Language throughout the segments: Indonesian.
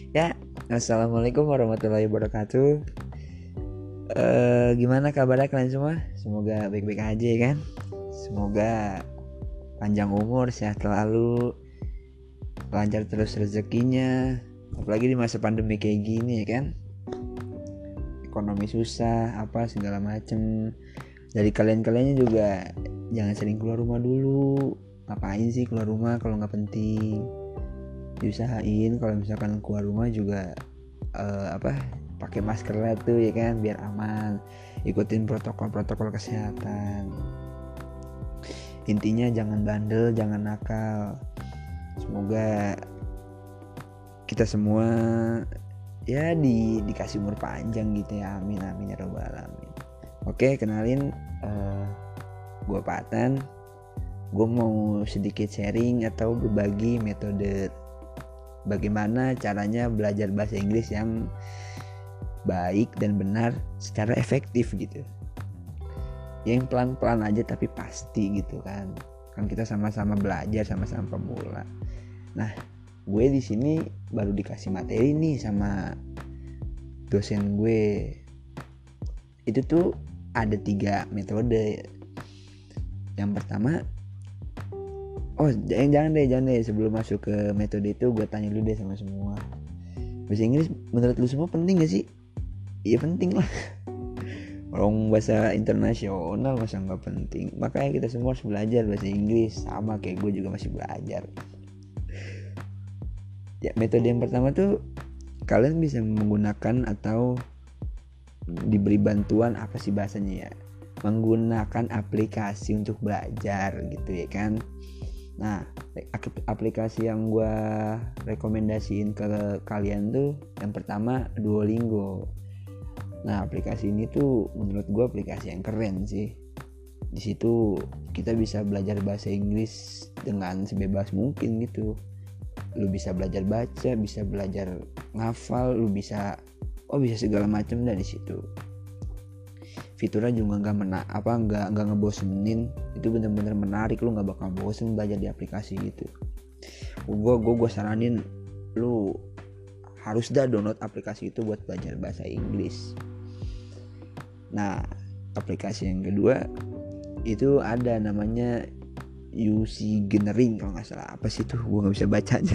Ya, assalamualaikum warahmatullahi wabarakatuh. Gimana kabarnya kalian semua? Semoga baik-baik aja ya kan. Semoga panjang umur, sehat selalu, lancar terus rezekinya. Apalagi di masa pandemi kayak gini ya kan. Ekonomi susah, apa segala macem. Dari kalian-kaliannya juga jangan sering keluar rumah dulu. Ngapain sih keluar rumah kalau nggak penting? Diusahain kalau misalkan keluar rumah juga pakai masker lah tuh ya kan biar aman, ikutin protokol kesehatan, intinya jangan bandel, jangan nakal. Semoga kita semua ya dikasih umur panjang gitu ya, amin amin ya robbal alamin. Oke, kenalin, gue Patan. Gue mau sedikit sharing atau berbagi metode bagaimana caranya belajar bahasa Inggris yang baik dan benar secara efektif gitu. Yang pelan-pelan aja tapi pasti gitu kan. Kan kita sama-sama belajar, sama-sama pemula. Nah, gue di sini baru dikasih materi nih sama dosen gue. Itu tuh ada 3 metode. Yang pertama, jangan deh sebelum masuk ke metode itu gue tanya dulu deh sama semua. Bahasa Inggris menurut lu semua penting gak sih? Iya penting lah. Orang bahasa internasional masa nggak penting. Makanya kita semua harus belajar bahasa Inggris. Sama kayak gue juga masih belajar. Ya, metode yang pertama tuh kalian bisa menggunakan atau diberi bantuan, apa sih bahasanya ya, menggunakan aplikasi untuk belajar gitu ya kan. Nah, aplikasi yang gue rekomendasiin ke kalian tuh yang pertama Duolingo. Nah, aplikasi ini tuh menurut gue aplikasi yang keren sih. Di situ kita bisa belajar bahasa Inggris dengan sebebas mungkin gitu. Lu bisa belajar baca, bisa belajar ngafal, lu bisa segala macam dari situ. Fiturnya juga nggak ngebosenin. Itu bener-bener menarik, lu nggak bakal bosen belajar di aplikasi gitu. Gue saranin lu harus download aplikasi itu buat belajar bahasa Inggris. Nah, aplikasi yang kedua itu ada namanya UC Genering kalau nggak salah. Apa sih tuh, gue nggak bisa bacanya.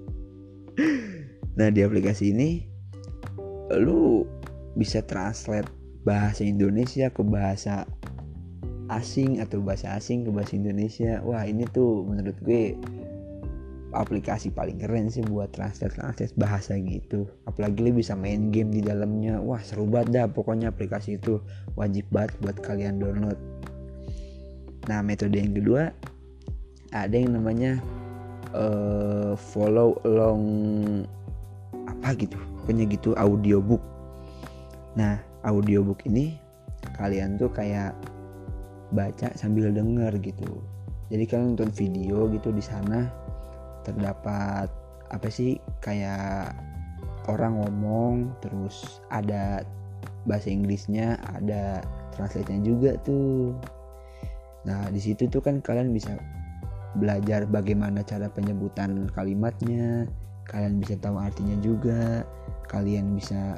Nah, di aplikasi ini lu bisa translate bahasa Indonesia ke bahasa asing atau bahasa asing ke bahasa Indonesia. Wah, ini tuh menurut gue aplikasi paling keren sih buat translate bahasa gitu. Apalagi lu bisa main game di dalamnya. Wah, seru banget dah pokoknya aplikasi itu. Wajib banget buat kalian download. Nah, metode yang kedua ada yang namanya follow along apa gitu, pokoknya gitu, audiobook. Nah, audiobook ini kalian tuh kayak baca sambil denger gitu. Jadi kalian nonton video gitu, di sana terdapat apa sih, kayak orang ngomong terus ada bahasa Inggrisnya, ada translate-nya juga tuh. Nah, di situ tuh kan kalian bisa belajar bagaimana cara penyebutan kalimatnya, kalian bisa tahu artinya juga, kalian bisa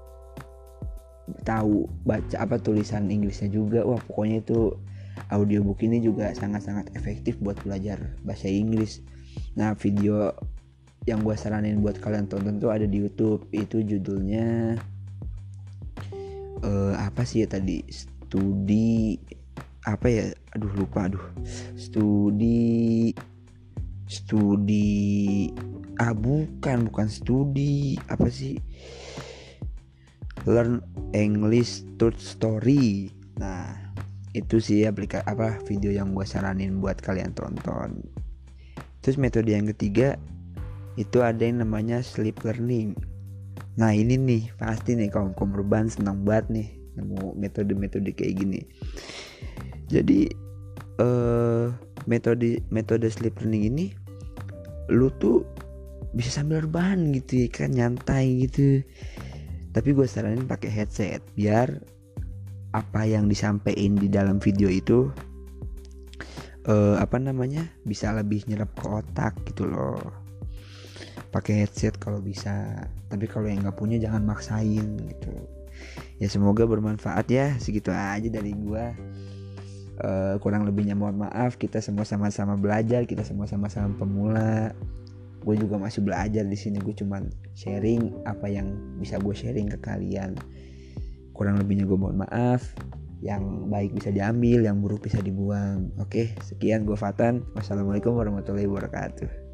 tahu baca apa tulisan Inggrisnya juga. Wah, pokoknya itu audiobook ini juga sangat-sangat efektif buat belajar bahasa Inggris. Nah, video yang gue saranin buat kalian tonton tuh ada di YouTube. Itu judulnya apa sih ya tadi, studi apa ya, studi bukan studi apa sih, Learn English Short Story. Nah, itu sih video yang gue saranin buat kalian tonton. Terus metode yang ketiga itu ada yang namanya sleep learning. Nah, ini nih pasti nih kaum rebahan senang banget nih nemu metode kayak gini. Jadi metode sleep learning ini lu tuh bisa sambil rebahan gitu ya kan, nyantai gitu. Tapi gue saranin pakai headset biar apa yang disampaikan di dalam video itu bisa lebih nyerap ke otak gitu loh. pakai headset kalau bisa, tapi kalau yang nggak punya jangan maksain gitu ya. Semoga bermanfaat ya. Segitu aja dari gua. Kurang lebihnya mohon maaf. Kita semua sama-sama belajar, kita semua sama-sama pemula. Gue juga masih belajar di sini. Gue cuman sharing apa yang bisa gue sharing ke kalian. Kurang lebihnya gue mohon maaf. Yang baik bisa diambil, yang buruk bisa dibuang. Oke, sekian gue Fatan. Wassalamualaikum warahmatullahi wabarakatuh.